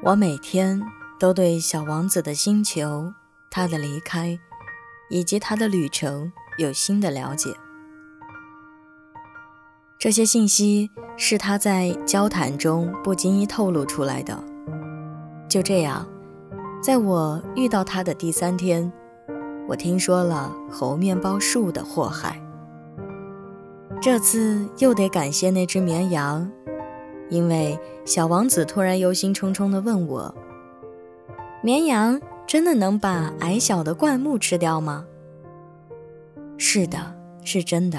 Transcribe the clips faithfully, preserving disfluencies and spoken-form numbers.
我每天都对小王子的星球、他的离开以及他的旅程有新的了解。这些信息是他在交谈中不经意透露出来的。就这样，在我遇到他的第三天，我听说了猴面包树的祸害。这次又得感谢那只绵羊，因为小王子突然忧心忡忡地问我：绵羊真的能把矮小的灌木吃掉吗？是的，是真的。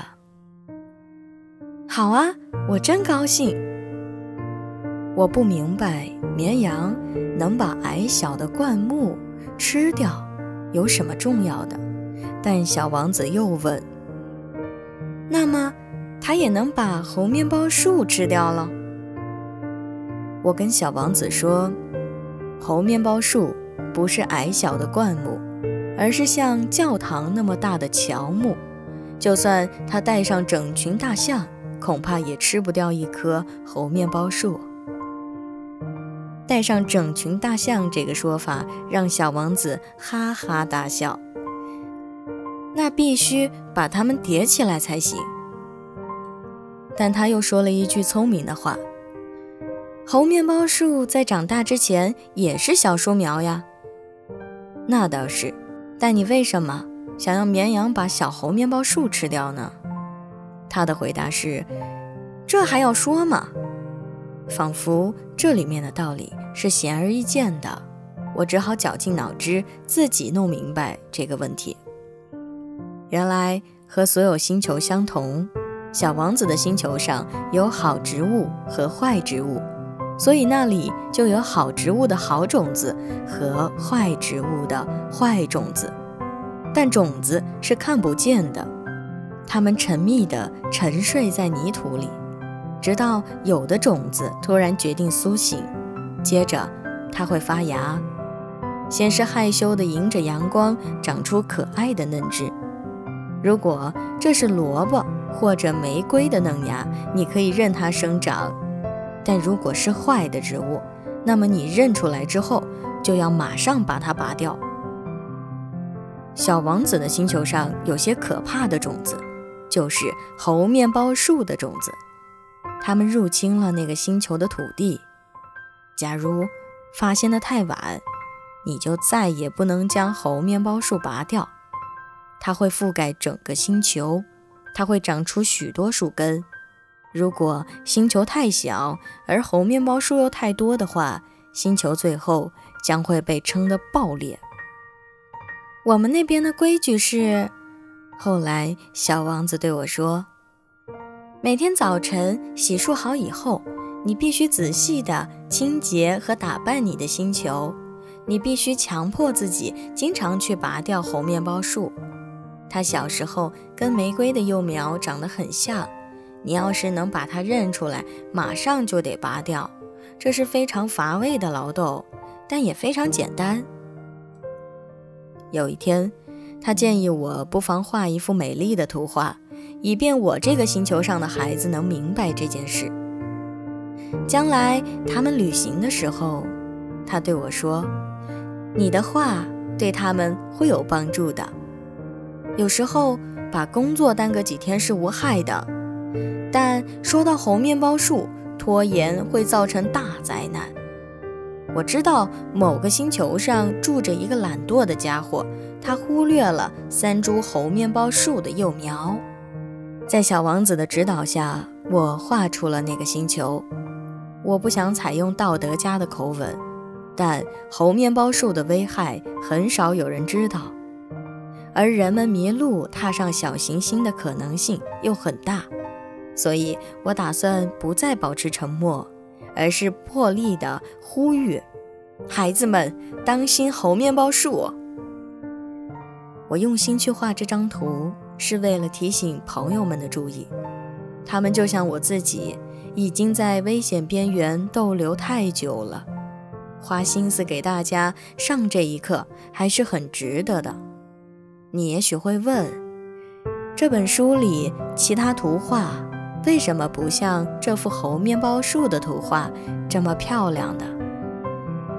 好啊，我真高兴。我不明白绵羊能把矮小的灌木吃掉有什么重要的，但小王子又问：那么它也能把猴面包树吃掉了？我跟小王子说，猴面包树不是矮小的灌木，而是像教堂那么大的乔木，就算它带上整群大象，恐怕也吃不掉一棵猴面包树。带上整群大象这个说法让小王子哈哈大笑。那必须把它们叠起来才行。但他又说了一句聪明的话：猴面包树在长大之前也是小树苗呀。那倒是，但你为什么想要绵羊把小猴面包树吃掉呢？他的回答是：这还要说吗？仿佛这里面的道理是显而易见的，我只好绞尽脑汁自己弄明白这个问题。原来和所有星球相同，小王子的星球上有好植物和坏植物，所以那里就有好植物的好种子和坏植物的坏种子。但种子是看不见的，它们沉密地沉睡在泥土里，直到有的种子突然决定苏醒，接着它会发芽，先是害羞地迎着阳光长出可爱的嫩枝。如果这是萝卜或者玫瑰的嫩芽，你可以任它生长，但如果是坏的植物，那么你认出来之后就要马上把它拔掉。小王子的星球上有些可怕的种子，就是猴面包树的种子，它们入侵了那个星球的土地。假如发现得太晚，你就再也不能将猴面包树拔掉。它会覆盖整个星球，它会长出许多树根。如果星球太小，而猴面包树又太多的话，星球最后将会被撑得爆裂。我们那边的规矩是，后来小王子对我说，每天早晨洗漱好以后，你必须仔细地清洁和打扮你的星球，你必须强迫自己经常去拔掉猴面包树。它小时候跟玫瑰的幼苗长得很像，你要是能把它认出来，马上就得拔掉。这是非常乏味的劳动，但也非常简单。有一天，他建议我不妨画一幅美丽的图画，以便我这个星球上的孩子能明白这件事。将来他们旅行的时候，他对我说，你的画对他们会有帮助的。有时候把工作耽搁几天是无害的，但说到猴面包树，拖延会造成大灾难。我知道某个星球上住着一个懒惰的家伙，他忽略了三株猴面包树的幼苗。在小王子的指导下，我画出了那个星球。我不想采用道德家的口吻，但猴面包树的危害很少有人知道，而人们迷路踏上小行星的可能性又很大，所以我打算不再保持沉默，而是破例地呼吁孩子们当心猴面包树。我用心去画这张图，是为了提醒朋友们的注意，他们就像我自己，已经在危险边缘逗留太久了，花心思给大家上这一课还是很值得的。你也许会问，这本书里其他图画为什么不像这幅猴面包树的图画这么漂亮的？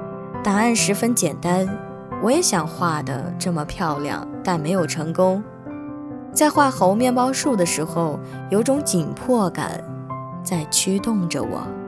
答案十分简单，我也想画得这么漂亮，但没有成功。在画猴面包树的时候，有种紧迫感在驱动着我。